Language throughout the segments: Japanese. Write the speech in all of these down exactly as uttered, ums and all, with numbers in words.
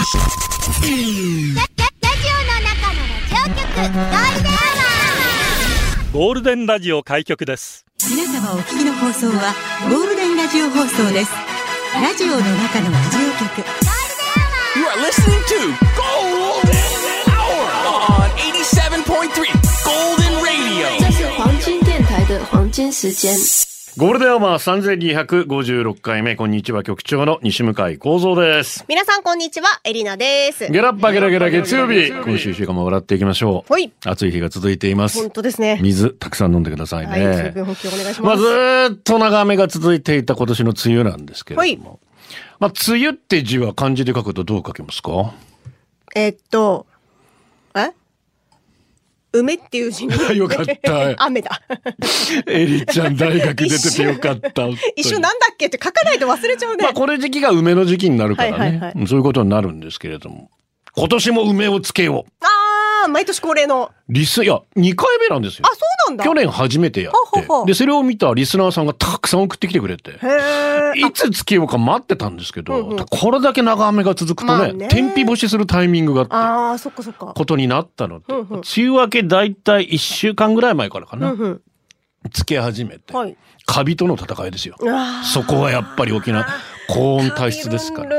ゴールデンラジオ開局です。 皆様お聞きの放送はゴールデンラジオ放送です。ラジオの中のラジオ局 You are listening to Golden Hour on eighty-seven point three Golden Radio。 这是黄金電台的黄金時間。 ゴールデンアワーさんぜんにひゃくごじゅうろっかいめ、こんにちは、局長の西向井光三です。 皆さんこんにちは、エリナです。 ゲラッパゲラゲラ月曜日、今週いっしゅうかんも笑っていきましょう。 はい。 暑い日が続いています。 本当ですね。 水たくさん飲んでくださいね。 はい、水分補給お願いします。 まあ、ずーっと長雨が続いていた今年の梅雨なんですけれども、はい、まあ、梅雨って字は漢字で書くとどう書けますか？ えー、っとえ梅っていう字によかった雨だエリちゃん大学出ててよかった一瞬なんだっけって書かないと忘れちゃうね。 まあこれ時期が梅の時期になるからね、はいはいはい、そういうことになるんですけれども、今年も梅をつけよう。 ああ、毎年恒例のリスいやにかいめなんですよ。 あ、そうなんだ。 去年初めてやって、はははでそれを見たリスナーさんがたくさん送ってきてくれて、へいつつけようか待ってたんですけど、うんうん、これだけ長雨が続くと ね,、まあ、ね天日干しするタイミングがあって、 あーそっかそっかことになったので、うんうん、梅雨明けだいたいいっしゅうかんぐらい前からかな、うんうん、つけ始めて、はい、カビとの戦いですよ。そこはやっぱり大きな高温体質ですから。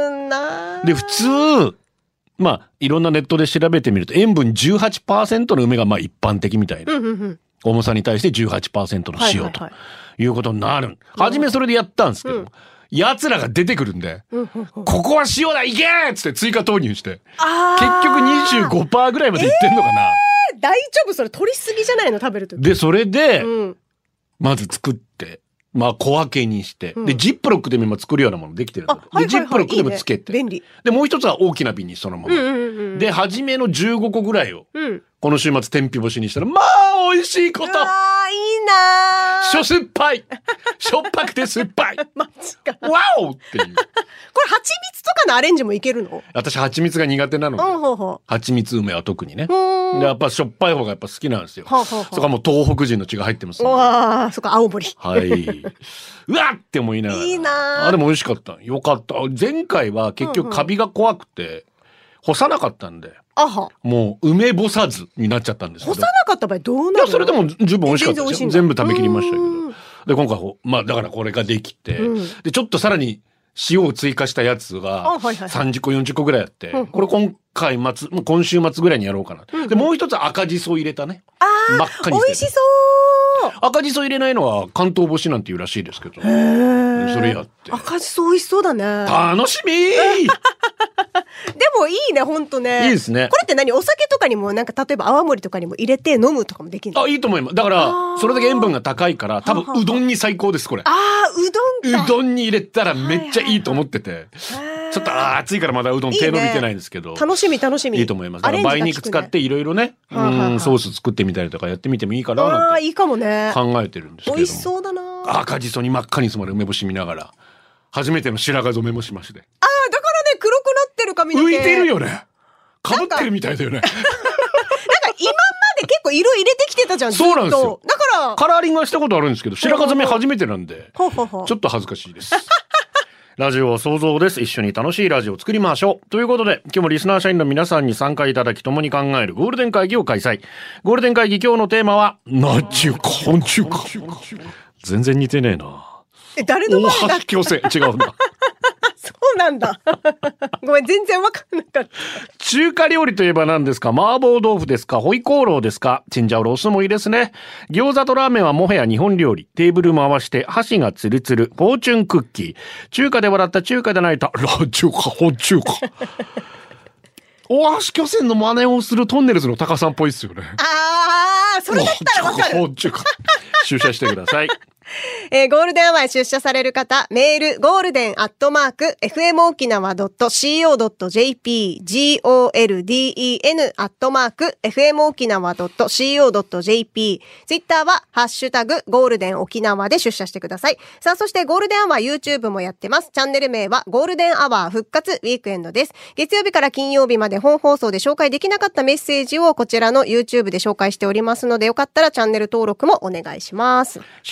で普通まあいろんなネットで調べてみると塩分 じゅうはちパーセント の梅がまあ一般的みたいな、うんうんうん、重さに対して じゅうはちパーセント の塩ということになる。初めそれでやったんですけど、うん、奴らが出てくるんで、うんうんうん、ここは塩だいけーっつって追加投入して、結局 にじゅうごパーセント ぐらいまでいってんのかな、 えー、大丈夫？それ取りすぎじゃないの？食べるときでそれで、うん、まず作ってまあ小分けにして、うん、でジップロックでも今作るようなものできてるので、はいはいはい、でジップロックでもつけていい、ね、便利でもう一つは大きな瓶にそのまま、うんうんうん、で初めのじゅうごこぐらいを、うん、この週末天日干しにしたらまあ美味しいこと。 あーいいなー。しょ酸っぱいしょっぱくて酸っぱいマジかワオっていうこれ蜂蜜とかのアレンジもいけるの？ 私蜂蜜が苦手なので、うん、ほうほう蜂蜜梅は特にね、でやっぱしょっぱい方がやっぱ好きなんですよ。ほうほうほうそこはもう東北人の血が入ってますので。 わあそっか青森はいうわって思いながら。 いいなあでも美味しかった。よかった。前回は結局カビが怖くて、うんうん、干さなかったんで、あはもう梅干さずになっちゃったんですけど。 干さなかった場合どうなるの？いやそれでも十分美味しかったですよ。全部食べきりましたけど。で今回まあだからこれができて、うん、でちょっとさらに塩を追加したやつがさんじゅっこよんじゅっこぐらいあって、はいはい、これ今回末今週末ぐらいにやろうかな、うんうん、でもう一つ赤じそを入れたね。 あ真っ赤にして、 美味しそう赤じそ入れないのは関東干しなんていうらしいですけど、それやって赤じそ美味しそうだね。 楽しみでもいいねほんとね。 いいですね。 これって何お酒とかにもなんか例えば泡盛とかにも入れて飲むとかもできるの？ あいいと思います。だからそれだけ塩分が高いから多分うどんに最高ですこれ。 あーうどんか。 うどんに入れたらめっちゃいいと思ってて、はいはいはい、ちょっとあ暑いからまだうどん手伸びてないんですけどいい、ね、楽しみ楽しみ。 いいと思います。だから梅肉使っていろいろね、うん、ソース作ってみたりとかやってみてもいいかななんていいかもね考えてるんですけども。 美味しそうだな。 赤じそに真っ赤に染まる梅干し見ながら初めての白髪染めもしまして、あーだからね黒くなってる髪の毛浮いてるよね。かぶってるみたいだよね。なんか今まで結構色入れてきてたじゃん。 そうなんですよ。 だからカラーリングはしたことあるんですけど白髪染め初めてなんでちょっと恥ずかしいです。ラジオは想像です。一緒に楽しいラジオを作りましょう。ということで今日もリスナー社員の皆さんに参加いただき共に考えるゴールデン会議を開催。ゴールデン会議今日のテーマはなんちゅうかほんちゅうか。全然似てねえな。 え誰の前だっけ？ 大橋巨泉違うな。 そうなんだ。ごめん全然わかんなかった。 中華料理といえば何ですか？麻婆豆腐ですか？ホイコーローですか？チンジャオロースもいいですね。餃子とラーメンはもはや日本料理。テーブル回して箸がツルツル。フォーチュンクッキー。中華で笑った中華で泣いたラ中華本中華。大橋巨泉の真似をするトンネルズのタカさんっぽいですよね。 あーそれだったらわかる。 本中華出社してください。 えー、ゴールデンアワーへ出社される方、メール、ゴールデンアットマーク、エフエム 沖縄 ドット シーオー ドット ジェーピー、ゴールデン アットマーク、エフエム 沖縄 ドット シーオー ドット ジェーピー、ツイッターは、ハッシュタグ、ゴールデン沖縄で出社してください。さあ、そしてゴールデンアワー YouTube もやってます。チャンネル名は、ゴールデンアワー復活ウィークエンドです。月曜日から金曜日まで本放送で紹介できなかったメッセージをこちらの YouTube で紹介しておりますので、よかったらチャンネル登録もお願いします。 新入社員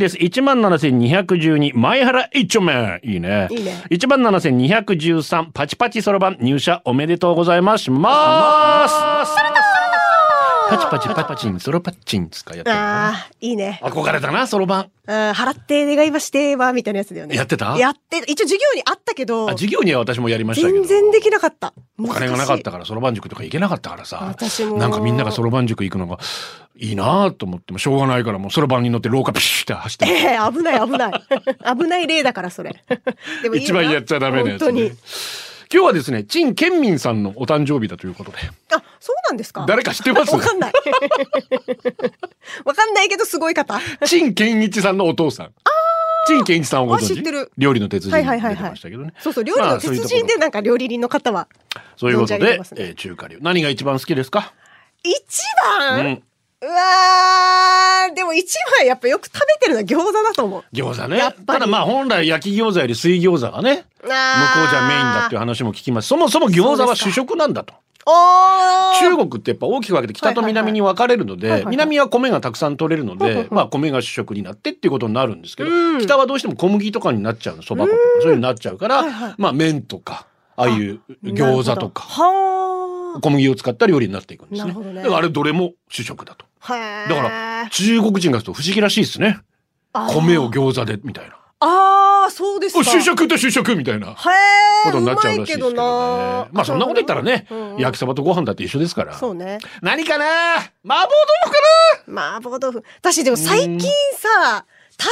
です。いちまんななせんにひゃくじゅうに前原一丁目。いいね。 いいね。 いちまんななせんにひゃくじゅうさんパチパチそろばん入社おめでとうございます。ますパチパチパチンソロパッチンつかやってる、ね、 ああいいね。 憧れたなそろばん。 あ払って願いましてはみたいなやつだよね。 やってた？ やって一応授業にあったけど。 あ授業には私もやりましたけど。 全然できなかった。 お金がなかったからそろばん塾とか行けなかったからさ。 私もなんかみんながそろばん塾行くのがいいなと思ってもしょうがないからもうそろばんに乗って廊下ピシッて走ってる。 えー、危ない危ない危ない例だからそれ。 でもいい一番やっちゃダメなやつ、ね。本当に。今日はですね、陳建民さんのお誕生日だということで。 あ、そうなんですか。 誰か知ってます？ わかんない。わかんないけどすごい方。 陳建一さんのお父さん。陳建一さんをご存知？ 知ってる。 料理の鉄人に出てましたけどね。はいはいはい、 そうそう、料理の鉄人でなんか料理人の方は。 そういうことで、ねえー、中華料理。何が一番好きですか？ 一番、うん、うわー、でも一番やっぱよく食べてるのは餃子だと思う。 餃子ね。ただまあ本来焼き餃子より水餃子がね、向こうじゃメインだっていう話も聞きます。そもそも餃子は主食なんだと。中国ってやっぱ大きく分けて北と南に分かれるので、南は米がたくさん取れるので、まあ米が主食になってっていうことになるんですけど、うん、北はどうしても小麦とかになっちゃうの、そば粉とかそういうのになっちゃうから、はいはい、まあ麺とかああいう餃子とか小麦を使った料理になっていくんですね。ねだからあれどれも主食だと。だから中国人がすると不思議らしいですね。米を餃子でみたいな。ああ、そうですか。主食と主食みたいなことになっちゃうらしいですけどね。まあそんなこと言ったらね、うんうん、焼きそばとご飯だって一緒ですから。そうね。何かな？麻婆豆腐かな？麻婆豆腐。私でも最近さ、担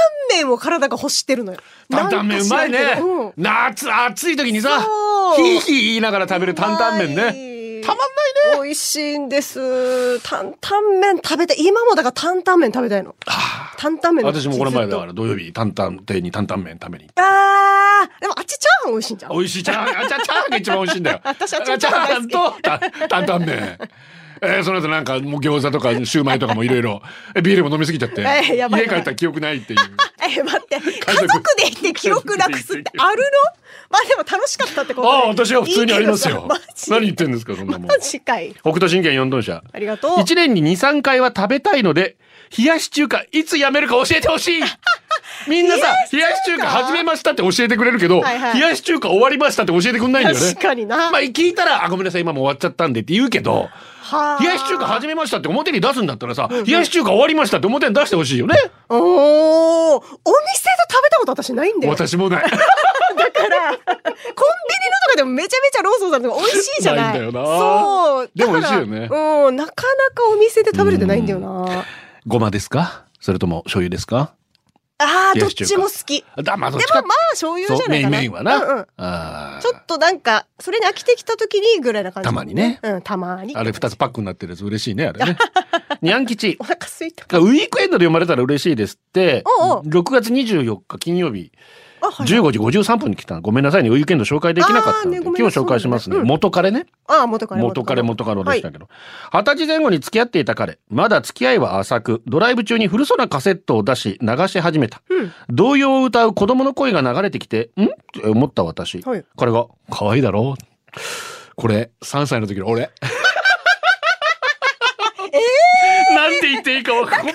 々麺を体が欲してるのよ。担々麺うまいね。うん、夏暑い時にさ、ヒーヒー言いながら食べる担々麺ね。たまんないね。美味しいんです。担々麺食べたい。今もだから担々麺食べたいの。担々麺の私もこの前だから土曜日担々亭に担々麺食べに。 ああ、でもあっちチャーハン美味しいんじゃん。 美味しいチャーハン、あっちチャーハンが一番美味しいんだよ。 私はチャーハンと担々麺。えー、その後なんかもう餃子とかシューマイとかもいろいろビールも飲みすぎちゃって、えー、やばい家帰ったら記憶ないっていう。 えー、待って家族で行って記憶なくすってあるの？まあでも楽しかったってことで。 ああ、私は普通にありますよ。何言ってんですかそんなもん。 マジかい。 北斗神拳よんトン車。 ありがとう。 いちねんにに、さんかいは食べたいので冷やし中華いつやめるか教えてほしい。みんなさ冷やし中華始めましたって教えてくれるけど、はいはい、冷やし中華終わりましたって教えてくんないんだよね。 確かにな。 まあ聞いたらあごめんなさい今もう終わっちゃったんでって言うけど、冷やし中華始めましたって表に出すんだったらさ、うんうん、冷やし中華終わりましたって表に出してほしいよね。 おお、お店で食べたこと私ないんだよ。 私もない。だからコンビニのとかでもめちゃめちゃローソンさんとか美味しいじゃない。 ないんだよな。 そうでも美味しいよね。 うん、なかなかお店で食べれてないんだよな。 ごまですかそれとも醤油ですか？ ああ、どっちも好き。 だ、まあ、 でもまあ醤油じゃないかな。 メインはな。うんうん、 あちょっとなんかそれに飽きてきた時にぐらいな感じ、ね。 たまにね。 うん、たまに。 あれ二つパックになってるやつ嬉しいねあれね。にゃん吉。 お腹すいた。 ウィークエンドで読まれたら嬉しいですって。おうおうろくがつにじゅうよっか金曜日。じゅうごじごじゅうさんぷんに来た。ごめんなさいね。ウィークエンド紹介できなかったので、ね、今日紹介しますね。うん、元彼ね。 ああ、元彼。 元彼元彼でしたけど。二十、はい、歳前後に付き合っていた彼。まだ付き合いは浅く、ドライブ中に古そうなカセットを出し、流し始めた。うん、童謡を歌う子供の声が流れてきて、んって思った私。はい、彼が、可愛いだろこれ、さんさいの時の俺。えー、なんて言っていいか困りました。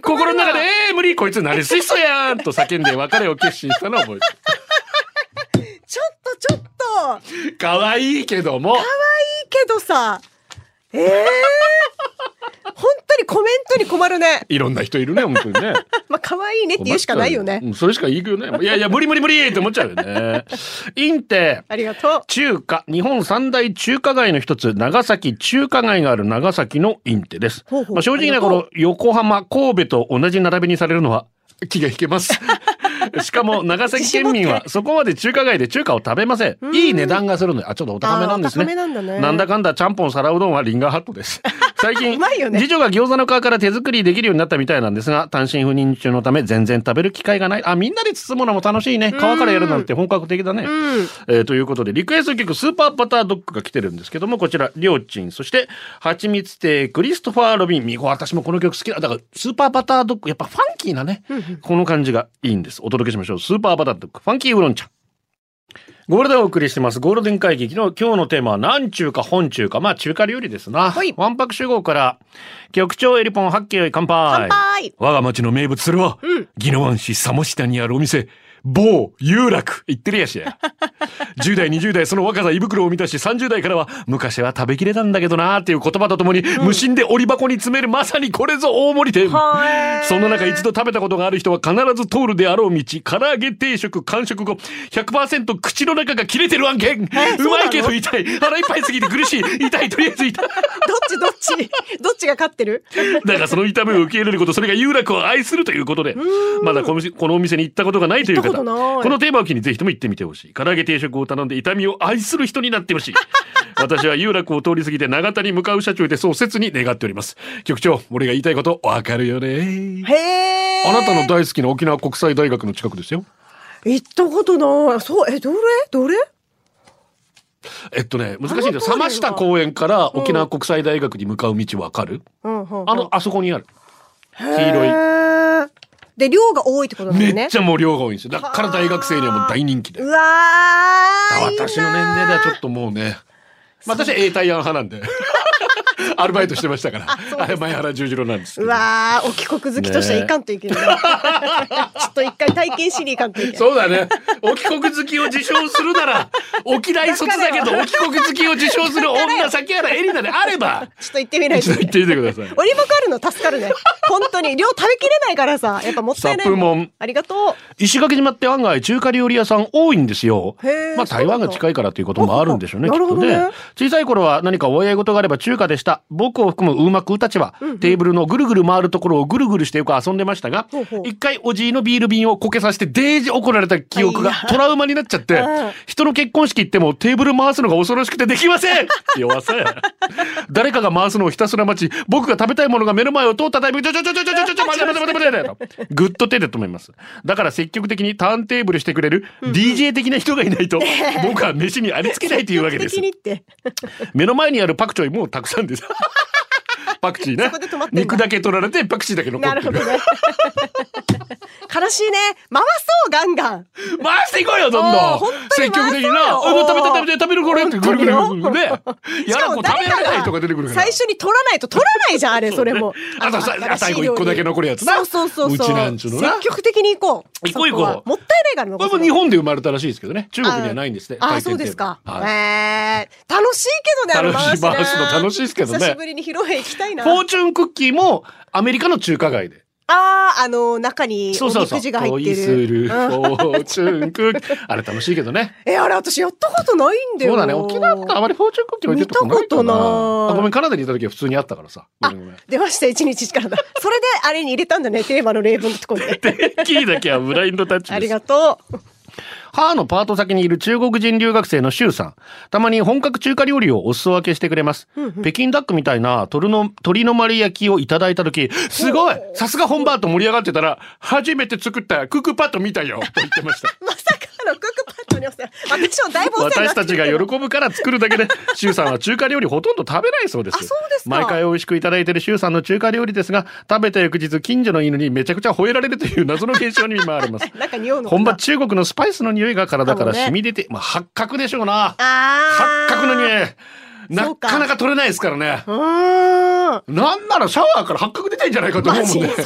心の中で、えー、無理こいつナルシストやんと叫んで別れを決心したのを覚えてる。 ちょっとちょっと可愛いけども可愛いけどさえー、本当にコメントに困るね。 いろんな人いるね本当にね。 まあ可愛いねって言うしかないよね。 うん、それしか言うよね。いやいや無理無理無理って思っちゃうよね。インテありがとう。 中華日本三大中華街の一つ長崎中華街がある長崎のインテです。ほうほうまあ、正直な頃横浜神戸と同じ並びにされるのは気が引けます。しかも長崎県民はそこまで中華街で中華を食べません。いい値段がするので、あちょっとお高めなんですね。なんだね。なんだかんだちゃんぽん皿うどんはリンガーハットです。最近次女が餃子の皮から手作りできるようになったみたいなんですが、単身赴任中のため全然食べる機会がない。あ、みんなで包むのも楽しいね。皮からやるなんて本格的だね。えー、ということでリクエスト曲スーパーバタードッグが来てるんですけども、こちらりょうちん、そしてはちみつ亭クリストファー・ロビン、みご私もこの曲好きだ。だからスーパーバタードッグやっぱファンキーなねこの感じがいいんです。お届けしましょう。スーパーバタードッグファンキーウーロン茶。 ゴールデンをお送りしてますゴールデン会議の今日のテーマは何中華本中華、まあ中華料理ですな。わんぱく集合から局長エリポン八景よい乾杯。 乾杯。 我が町の名物それは、うん、宜野湾市佐茂下にあるお店某有楽言ってるやしやじゅう代にじゅう代その若さ胃袋を満たしさんじゅう代からは昔は食べきれたんだけどなーっていう言葉とともに、うん、無心で折り箱に詰めるまさにこれぞ大盛り店。そんな中一度食べたことがある人は必ず通るであろう道唐揚げ定食完食後 ひゃくパーセント 口の中が切れてる案件。うまいけど痛い腹いっぱいすぎて苦しい痛いとりあえず痛いどっちどっちどっちが勝ってるだからその痛みを受け入れることそれが有楽を愛するということでまだこの、このお店に行ったことがないという方このテーマを機にぜひとも行ってみてほしい。唐揚げ定食を頼んで痛みを愛する人になってほしい私は有楽を通り過ぎて長田に向かう車中でそう切に願っております。局長俺が言いたいことわかるよね。 へーあなたの大好きな沖縄国際大学の近くですよ。 行ったことない。そうえどれどれえっとね難しいんだよ。冷ました公園から沖縄国際大学に向かう道わかる、うんうんうん、あのあそこにある黄色いで量が多いってことだよね。 めっちゃもう量が多いんですよ。だから大学生にはもう大人気で。 うわー私の年齢ではちょっともうね、まあ、私は永代案派なんでアルバイトしてましたから あ, あれ前原十字路なんですけど。 うわー沖国好きとしてはいかんといけない、ね、ちょっと一回体験しに行かんといけない。 そうだね沖国好きを自称するなら沖大卒だけど沖国好きを自称する女崎原エリナであればちょっと行ってみないと、ね、 ちょっと行ってみてください。 オリバカるの助かるね本当に量食べきれないからさやっぱもったいない。 サプモンありがとう。 石垣島って案外中華料理屋さん多いんですよ。まあ台湾が近いからということもあるんでしょうねきっとね。小さい頃は何かお祝い事があれば中華でした。僕を含むうまくうたちは、うんうん、テーブルのぐるぐる回るところをぐるぐるしてよく遊んでましたが、ほうほう一回おじいのビール瓶をこけさせてデージ怒られた記憶がトラウマになっちゃって人の結婚式行ってもテーブル回すのが恐ろしくてできません弱さや誰かが回すのをひたすら待ち僕が食べたいものが目の前を通ったタイミングでちょちょちょちょちょちょちょ待て待て待て待てグッと手で止めます。だから積極的にターンテーブルしてくれる ディージェー 的な人がいないと僕は飯にありつけないというわけです目の前にあるパクチョイもうたくさんですパクチーね肉だけ取られてパクチーだけ残ってる。なるほどね悲しいね。回そうガンガン回していこうよどんどん積極的にな食べて食べて食べるこれってぐるぐるぐるね。やらこ食べられないとか出てくるから最初に取らないと取らないじゃんあれそれもあとさ最後一個だけ残るやつな。 そうそうそうそううちなんちゅうのな積極的に行こう行こう行こう。 もったいないからこれも日本で生まれたらしいですけどね中国にはないんですね。 ああそうですか、はい、えー、楽しいけどね楽しい回すの楽しいですけどね。 久しぶりに披露宴行きたいな。 フォーチュンクッキーもアメリカの中華街でああ、あの中におみくじが入ってる。 そうそうそう。トイスルフォーチュンクッキーあれ楽しいけどね。 えあれ私やったことないんだよ。 そうだね。沖縄とかあまりフォーチュンクッキー置いてるとこないかな。見たことない。あごめんカナダにいた時は普通にあったからさ。 あ出ました一日からだ。それであれに入れたんだねテーマの例文のところで。 テッキーだけはブラインドタッチです。 ありがとう。 母のパート先にいる中国人留学生のシュウさん。たまに本格中華料理をお裾分けしてくれます。うんうん、北京ダックみたいな鶏の、鶏の丸焼きをいただいたとき、すごいさすが本場と盛り上がってたら、初めて作ったクックパッド見たよと言ってました。 まさかのクックパッドに私もだいぶ私たちが喜ぶから作るだけで、シュウさんは中華料理ほとんど食べないそうです。 あ、そうですか。 毎回美味しくいただいているシュウさんの中華料理ですが、食べた翌日近所の犬にめちゃくちゃ吠えられるという謎の現象に見舞われます。 なんか匂うの本場中国のスパイスの匂いが体から染み出て、まあ、八角でしょうな。八角の匂いなかなか取れないですからね。うーんなんならシャワーから八角出てんじゃないかと思うもんね。 そんなに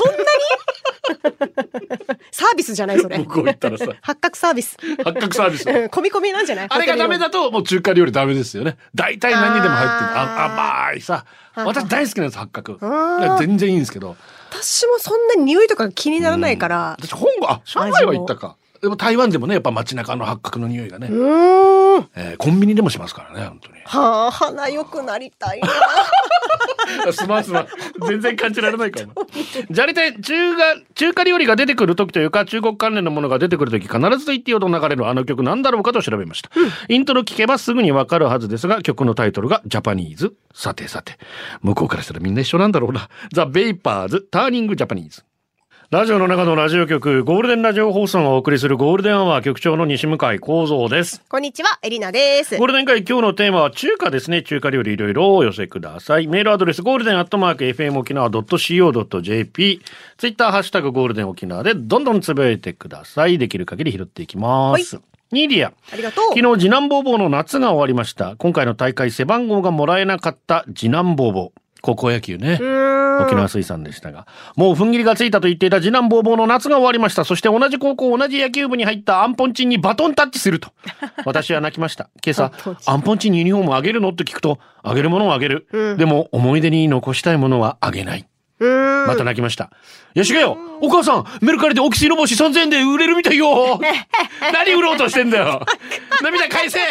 サービスじゃないそれ。 向こう行ったらさ八角サービス八角サービス込み込みなんじゃない。 あれがダメだともう中華料理ダメですよね。大体何にでも入ってるあ甘いさ私大好きなんです八角全然いいんですけど私もそんなに匂いとか気にならないから私本郷あ上海は行ったか。でも台湾でもねやっぱ街中の八角の匂いがね、うーん、えー、コンビニでもしますからね本当に。 はあ鼻良くなりたいなすまんすまん全然感じられないかもじゃりて中華中華料理が出てくる時というか中国関連のものが出てくる時必ずと言ってよと流れるあの曲なんだろうかと調べました、うん、イントロ聞けばすぐにわかるはずですが曲のタイトルがジャパニーズ。さてさて向こうからしたらみんな一緒なんだろうな。ザ・ベイパーズターニングジャパニーズ。ラジオの中のラジオ局ゴールデンラジオ放送がお送りするゴールデンアワー局長の西向井光三です。 こんにちはエリナです。 ゴールデン会今日のテーマは中華ですね。中華料理いろいろお寄せください。メールアドレスゴールデンアットマーク エフエム 沖縄 ドット シーオー ドット ジェーピー ツイッターハッシュタグゴールデン沖縄でどんどんつぶやいてください。できる限り拾っていきます。 ニーディア、 ありがとう。 昨日次男坊坊の夏が終わりました。今回の大会背番号がもらえなかった次男坊坊、高校野球ね、沖縄水産でしたが、もう踏ん切りがついたと言っていた次男坊坊の夏が終わりました。そして同じ高校同じ野球部に入ったアンポンチンにバトンタッチすると私は泣きました。今朝アンポンチンにユニフォームあげるのって聞くと、あげるものをあげる、うん、でも思い出に残したいものはあげない。また泣きました。よしげよ、お母さんメルカリでオキシの帽子さんぜんえんで売れるみたいよ何売ろうとしてんだよ涙返せ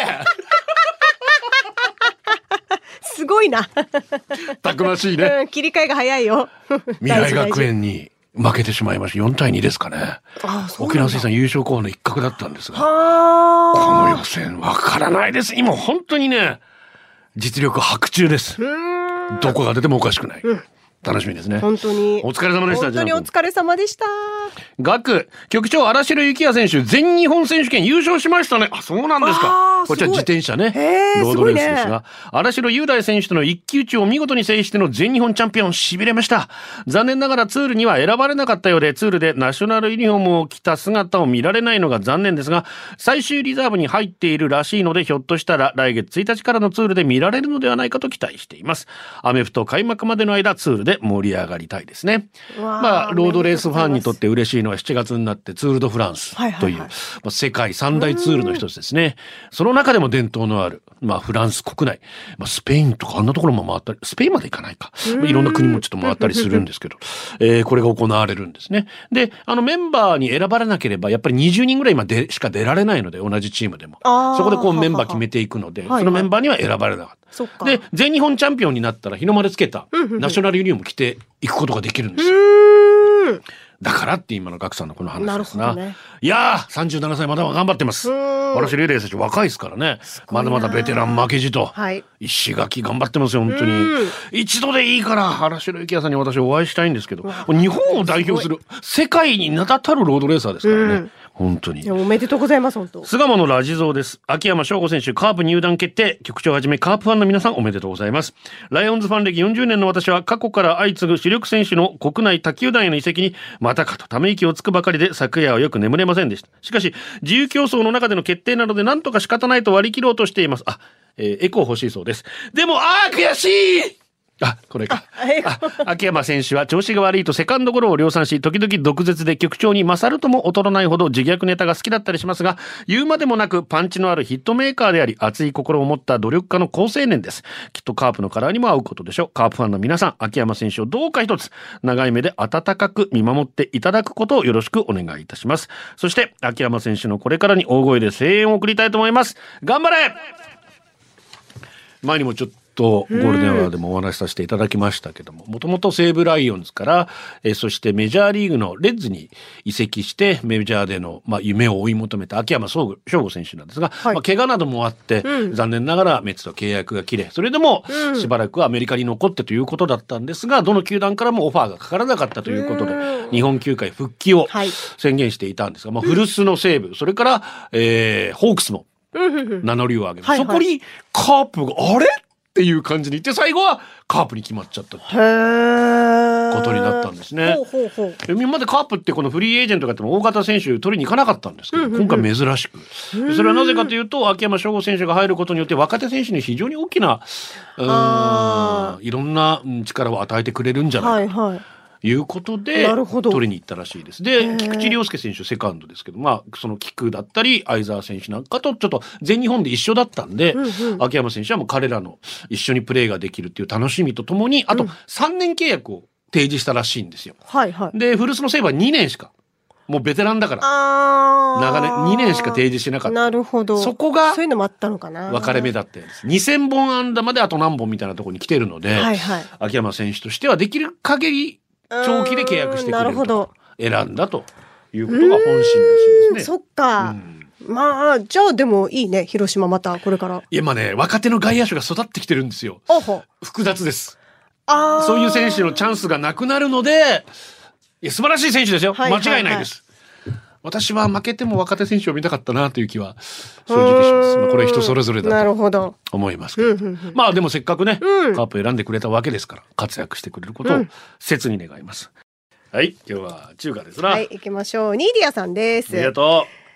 すごいなたくましいね、 うん、切り替えが早いよ未来学園に負けてしまいました。よんたいにですかね。沖縄水産優勝候補の一角だったんですが、この予選わからないです。今本当にね、実力伯仲です。どこが出てもおかしくない、うん、楽しみですね。 本当にお疲れ様でした。 本当にお疲れ様でした。 学局長、荒城幸也選手全日本選手権優勝しましたね。あ、そうなんですか。こちら自転車ね、ロードレースですが、荒城雄大選手との一騎打ちを見事に制しての全日本チャンピオン、しびれました。残念ながらツールには選ばれなかったようで、ツールでナショナルユニフォームを着た姿を見られないのが残念ですが、最終リザーブに入っているらしいので、ひょっとしたら来月ついたちからのツールで見られるのではないかと期待しています。アメフト開幕までの間、ツールで盛り上がりたいですね。まあロードレースファンにとって嬉しいのはしちがつになってツール・ド・フランスという、はいはいはい、まあ、世界三大ツールの一つですね。その中でも伝統のある、まあ、フランス国内、まあ、スペインとかあんなところも回ったり、スペインまで行かないか、いろんな国もちょっと回ったりするんですけど、えー、これが行われるんですね。で、あのメンバーに選ばれなければやっぱりにじゅうにんぐらい今でしか出られないので、同じチームでもそこでこうメンバー決めていくので、はははそのメンバーには選ばれなかった、はいはい、で全日本チャンピオンになったら日の丸つけたナショナルユニフォーム着ていくことができるんですよ。だからって今のガクさんのこの話ですな。なるほどね。いやー、さんじゅうななさいまだ頑張ってます。荒城雄大選手若いですからね。まだまだベテラン負けじと、はい、石垣頑張ってますよ本当に。一度でいいから荒城幸也さんに私お会いしたいんですけど、日本を代表する世界に名だたるロードレーサーですからね。本当におめでとうございます。本当巣鴨のラジゾーです。秋山翔吾選手カープ入団決定。局長はじめカープファンの皆さんおめでとうございます。ライオンズファン歴よんじゅうねんの私は過去から相次ぐ主力選手の国内他球団への移籍にまたかとため息をつくばかりで、昨夜はよく眠れませんでした。しかし自由競争の中での決定なので何とか仕方ないと割り切ろうとしています。あ、えー、エコー欲しいそうです。でもあー悔しい。あ、これか。あ、秋山選手は調子が悪いとセカンドゴロを量産し、時々毒舌で局長に勝るとも劣らないほど自虐ネタが好きだったりしますが、言うまでもなくパンチのあるヒットメーカーであり、熱い心を持った努力家の好青年です。きっとカープのカラーにも合うことでしょう。カープファンの皆さん、秋山選手をどうか一つ長い目で温かく見守っていただくことをよろしくお願いいたします。そして秋山選手のこれからに大声で声援を送りたいと思います。頑張れ。前にもちょっととゴールデンアワーでもお話しさせていただきましたけども、もともと西武ライオンズから、えー、そしてメジャーリーグのレッズに移籍してメジャーでの、まあ、夢を追い求めた秋山翔吾選手なんですが、はい、まあ、怪我などもあって、うん、残念ながらメッツと契約が切れ、それでもしばらくアメリカに残ってということだったんですが、どの球団からもオファーがかからなかったということで日本球界復帰を宣言していたんですが、まあ、古巣の西武、それから、えー、ホークスも名乗りを上げる、はいはい、そこにカープがあれっていう感じにいって最後はカープに決まっちゃったっていうことになったんですね。ほうほうほう。今までカープってこのフリーエージェントがあっても大型選手取りに行かなかったんですけど、うんうんうん、今回珍しく、それはなぜかというと秋山翔吾選手が入ることによって若手選手に非常に大きな、うーん、いろんな力を与えてくれるんじゃないか、はいはい、いうことで取りに行ったらしいです。で、菊池涼介選手セカンドですけど、まあその菊だったり相澤選手なんかとちょっと全日本で一緒だったんで、うんうん、秋山選手はもう彼らの一緒にプレーができるっていう楽しみとともに、あとさんねん契約を提示したらしいんですよ。はいはい。で、古巣の西武はにねんしか、もうベテランだから長年にねんしか提示しなかった。 なるほど。そこがそういうのもあったのかな。 分かれ目だったんです。にせんぼん安打まであと何本みたいなところに来てるので、はいはい、秋山選手としてはできる限り長期で契約してくれると選んだということが本心らしいですね。 そっか、うん、まあじゃあでもいいね、広島またこれから。 今ね、若手の外野手が育ってきてるんですよ。複雑です。あ、そういう選手のチャンスがなくなるので、いや素晴らしい選手ですよ、はいはいはい、間違いないです。私は負けても若手選手を見たかったなという気は正直します。まあ、これは人それぞれだと思いますけど、うんうんうん、まあでもせっかくね、うん、カープ選んでくれたわけですから活躍してくれることを切に願います、うん、はい、今日は中華ですな。 はい、行きましょう。ニーディアさんです。 ありがとう。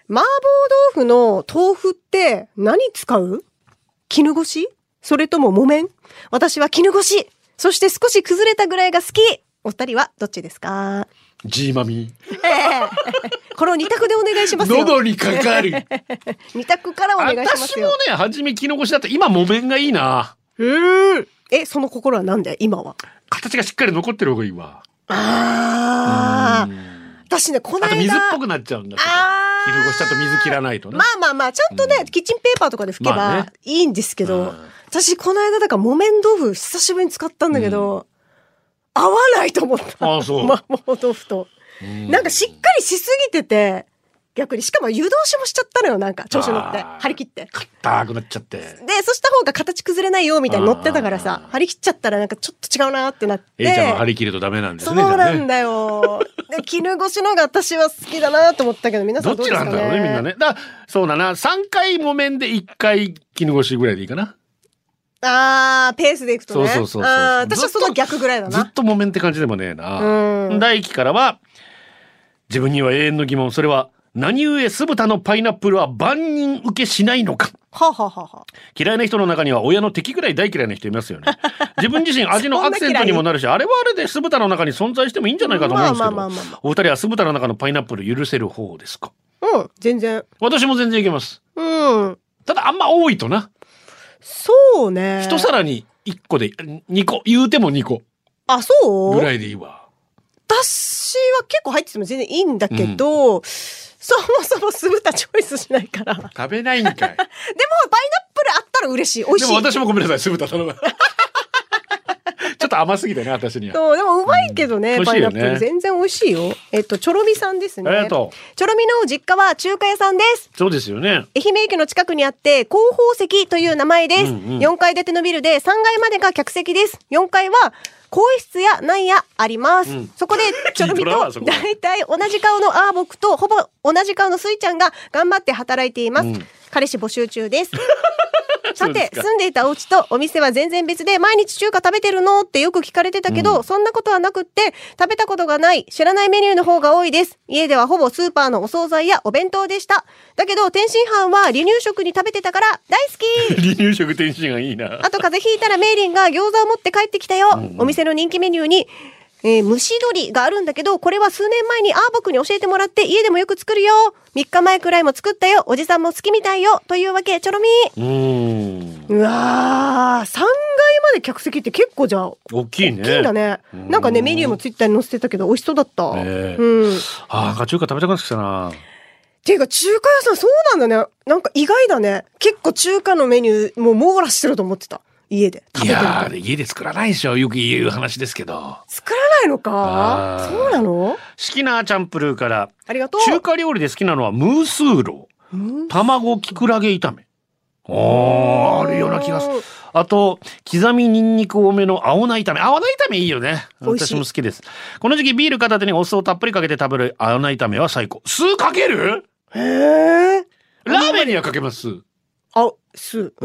麻婆豆腐の豆腐って何使う？絹ごし？それとも木綿？私は絹ごし。そして少し崩れたぐらいが好き。お二人はどっちですか？ ジーマミ。 この二択でお願いしますよ。 喉にかかる。 二択からお願いしますよ。 私もね、初め絹ごしだった。今木綿がいいな。 うーん。え、その心はなんで今は？ 形がしっかり残ってる方がいいわ。 ああ。私ね、この間。 あと水っぽくなっちゃうんだけど。絹ごしだと水切らないとね。 まあまあまあ、ちゃんとね、うん、キッチンペーパーとかで拭けばいいんですけど、まあね、私この間だから木綿豆腐久しぶりに使ったんだけど、うん、合わないと思った。 あ、そう。 麻婆豆腐と。なんかしっかりしすぎてて、逆にしかも湯通しもしちゃったのよ、なんか調子乗って張り切って硬くなっちゃって、でそした方が形崩れないよみたいに乗ってたからさ、張り切っちゃったらなんかちょっと違うなってなって。 A ちゃんは張り切るとダメなんですね。 そうなんだよ。で絹ごしのが私は好きだなと思ったけど、皆さんどうですかね。 どっちなんだろうね、みんなね。だそうだな、さんかい木綿でいっかい絹ごしぐらいでいいかな。 あー、ペースでいくとね。 そうそうそうそう。 あ、私はその逆ぐらいだな。 ずっと木綿って感じでもねえな。大輝からは、自分には永遠の疑問。それは何故酢豚のパイナップルは万人受けしないのか。 はははは。 嫌いな人の中には親の敵ぐらい大嫌いな人いますよね。自分自身味のアクセントにもなるし、あれはあれで酢豚の中に存在してもいいんじゃないかと思うんですけど、お二人は酢豚の中のパイナップル許せる方ですか？ うん、全然。 私も全然いけます。 うん。 ただあんま多いとな。 そうね。 一皿にいっこでにこ、言うてもにこ。 あ、そうぐらいでいいわ。 私は結構入ってても全然いいんだけど、うん、そもそも酢豚チョイスしないから。 食べないんかい。でもパイナップルあったら嬉しい。美味しい。 でも私もごめんなさい、酢豚頼む。ちょっと甘すぎてね、私には。 そう、でもうまいけどね、うん、パイナップル、ね、全然美味しいよ。えっとチョロミさんですね。 ありがとう。チョロミの実家は中華屋さんです。 そうですよね。 愛媛駅の近くにあって広報席という名前です。うんうん、よんかい建てのビルでさんがいまでが客席です。よんかいは更衣室やなんやあります、うん、そこでチョロミと大体同じ顔のアーボクとほぼ同じ顔のスイちゃんが頑張って働いています、うん、彼氏募集中です。さて住んでいたお家とお店は全然別で、毎日中華食べてるのってよく聞かれてたけど、うん、そんなことはなくって食べたことがない知らないメニューの方が多いです。家ではほぼスーパーのお惣菜やお弁当でした。だけど天津飯は離乳食に食べてたから大好き。 離乳食天津飯いいな。 あと風邪ひいたらメイリンが餃子を持って帰ってきたよ、うんうん、お店の人気メニューにえー、蒸し鶏があるんだけど、これは数年前にアーボクに教えてもらって家でもよく作るよ。みっかまえくらいも作ったよ。おじさんも好きみたいよ。というわけ、チョロミー。うーん。 うわー、さんがいまで客席って結構じゃあ大きいね。 大きいんだね。なんかね、メニューもツイッターに載せてたけど美味しそうだった。 えー、 うん。 あー、中華食べたくなってきたな。 ていうか中華屋さんそうなんだね。なんか意外だね。結構中華のメニューもう網羅してると思ってた。家で食べてる。いやー、家で作らないでしょ。よく言う話ですけど。 作らないのか。そうなの？ 好きなチャンプルーから。 ありがとう。 中華料理で好きなのはムースーロー、卵きくらげ炒め。あー、あるような気がする。あと刻みニンニク多めの青菜炒め。青菜炒めいいよね。私も好きです。この時期ビール片手にお酢をたっぷりかけて食べる青菜炒めは最高。酢かける？ へー。 ラーメンにはかけます。 あ、酢、 うん、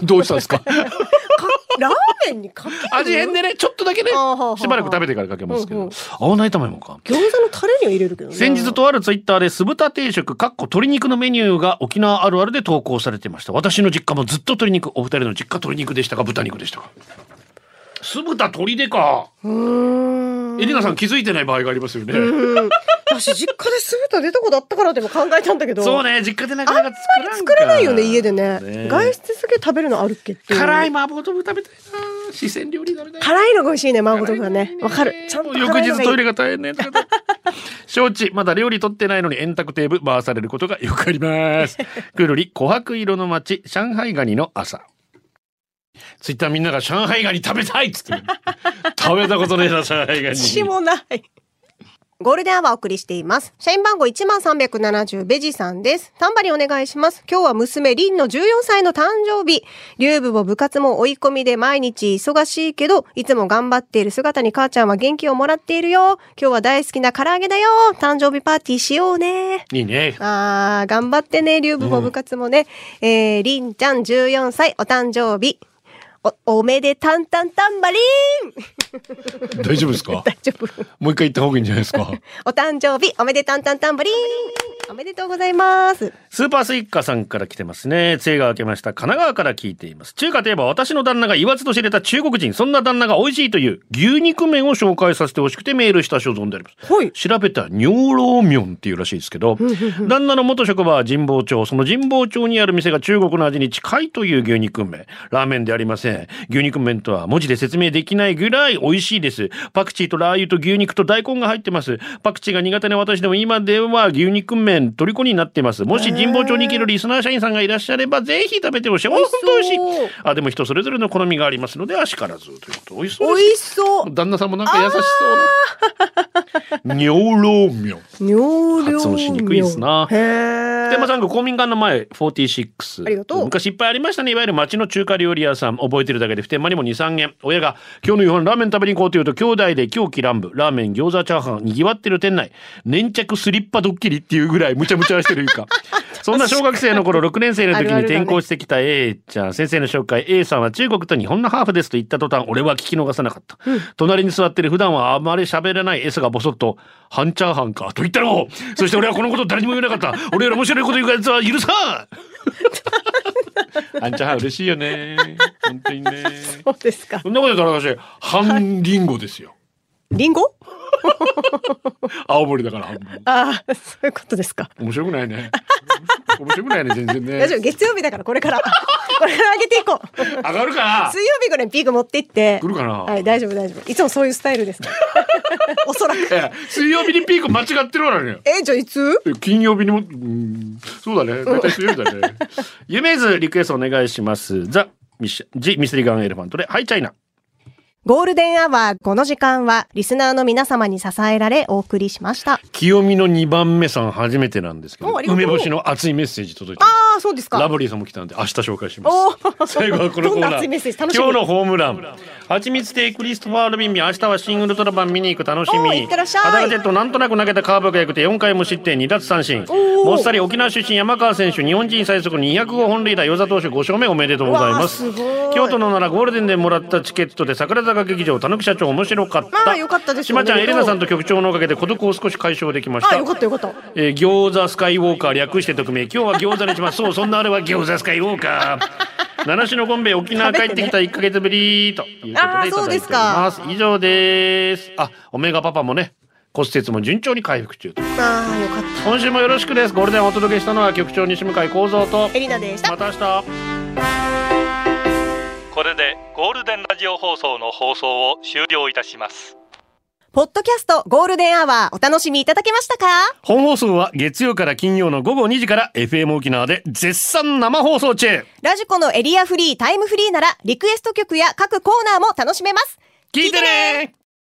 どうしたんですか？ ラーメンにかける？ 味変でね、ちょっとだけね、しばらく食べてからかけますけど、うんうん、青菜炒めもか。 餃子のタレには入れるけどね。 先日とあるツイッターで酢豚定食かっこ鶏肉のメニューが沖縄あるあるで投稿されていました。私の実家もずっと鶏肉。お二人の実家鶏肉でしたか豚肉でしたか？酢豚鶏でか。うーん、エリナさん気づいてない場合がありますよね。うん、 私実家で酢豚出たことあったからでも考えたんだけど。 そうね、実家でなかなか作らんか。 作れないよね家で ね, ね外出すげえ食べるのあるっけって。 辛い麻婆豆腐食べたいな。四川料理だね。 辛いのが美味しいね麻婆豆腐はね。わかる。ちゃんと翌日トイレが大変ね。承知。まだ料理取ってないのに円卓テーブル回されることがよくあります。くるり琥珀色の街上海ガニの朝。ツイッターみんなが上海ガニ食べたいっつってる。食べたことねえな上海ガニ。 私もない。ゴールデンアワーお送りしています。社員番号いちまんさんびゃくななじゅうベジさんです。タンバリンお願いします。今日は娘リンのじゅうよんさいの誕生日。流部も部活も追い込みで毎日忙しいけど、いつも頑張っている姿に母ちゃんは元気をもらっているよ。今日は大好きな唐揚げだよ。誕生日パーティーしようね。 いいね。 あー、頑張ってね。流部も部活もね。うん、えー、リンちゃんじゅうよんさいお誕生日。お, おめでたんたんたんばりーん。 大丈夫ですか？ 大丈夫。 もう一回言った方がいいんじゃないですか？ お誕生日おめでたんたんたんばりーん。 おめでとうございます。 スーパースイッカさんから来てますね。梅雨が明けました。神奈川から聞いています。中華といえば私の旦那が言わずと知れた中国人。そんな旦那が美味しいという牛肉麺を紹介させてほしくてメールした所存であります。はい、調べたら尿老麺っていうらしいですけど旦那の元職場は神保町。その神保町にある店が中国の味に近いという牛肉麺。ラーメンでありません。牛肉麺とは文字で説明できないぐらい美味しいです。パクチーとラー油と牛肉と大根が入ってます。パクチーが苦手な私でも今では牛肉麺虜になっています。もし神保町に行けるリスナー社員さんがいらっしゃればぜひ食べてほしい。本当美味しい。あ、でも人それぞれの好みがありますのであしからずということ。美味しそうです。 美味しそう。 旦那さんもなんか優しそうな尿老麺。 尿老発音しにくいですな。 へー。 でまさん公民館の前よんじゅうろく。 ありがとう。 昔いっぱいありましたね。いわゆる町の中華料理屋さん。覚えてるだけで普天間にもに、さんげん。親が今日の夕飯ラーメン食べに行こうというと兄弟で狂気乱舞。ラーメン餃子チャーハンにぎわってる店内。粘着スリッパドッキリっていうぐらいむちゃむちゃしてるいうかそんな小学生の頃ろくねん生の時に転校してきた A ちゃん。先生の紹介 A さんは中国と日本のハーフですと言った途端俺は聞き逃さなかった、うん、隣に座ってる普段はあまり喋らない S がボソッと半チャーハンかと言ったの。そして俺はこのこと誰にも言えなかった。俺より面白いこと言うやつは許さん半チャーハン嬉しいよね本当にね。 そうですか。 そんなこと言ったら私半リンゴですよ。 リンゴ青森だから半分。 ああ、そういうことですか。 面白くないね。面白くないね全然ね。 大丈夫、月曜日だからこれからこれから上げていこう。 上がるかな。 水曜日ぐらいにピーク持っていって来るかな。 はい、大丈夫大丈夫。いつもそういうスタイルですからおそらく。 水曜日にピーク間違ってるわね。 え、じゃあいつ？ 金曜日にも、うん、そうだね。大体水曜日だね。夢図リクエストお願いします。ザ・ミシジ・ミステリーガンエレファントでハイチャイナ。 ゴールデンアワー、この時間はリスナーの皆様に支えられお送りしました。 清美のにばんめさん初めてなんですけど、梅干しの熱いメッセージ届いてます。 ああ、そうですか。 ラブリーさんも来たんで明日紹介します。最後はこのコーナー。 どんな熱いメッセージ楽しみ。 今日のホームラン。はちみつ亭クリストファールビンビン。明日はシングルトラバン見に行く。楽しみ。 いってらっしゃい。 ハダガジェットなんとなく投げたカーブが良くてよんかい無失点に奪三振。もっさり沖縄出身山川選手日本人最速にひゃくごほん塁打。与座投手ご勝目おめでとうございます。京都のならゴールデンでもらったチケットで桜坂劇場たぬき社長面白かった。 まあよかったです。 しまちゃんエレナさんと局長のおかげで孤独を少し解消できました。 あ、よかったよかった。 えー、餃子スカイウォーカー略して匿名。今日は餃子にします。そう、そんなあれは餃子スカイウォーカー。七種のゴンベイ沖縄帰ってきたいっかげつぶりということでいただいております。以上です。あ、オメガパパもね骨折も順調に回復中と。 ああ、よかった。 今週もよろしくです。ゴールデンをお届けしたのは局長西向井光三とエリナでした。 また明日。 これでゴールデンラジオ放送の放送を終了いたします。 ポッドキャストゴールデンアワーお楽しみいただけましたか？ 本放送は月曜から金曜のごごにじから エフエム 沖縄で絶賛生放送中。 ラジコのエリアフリータイムフリーならリクエスト曲や各コーナーも楽しめます。 聞いてね。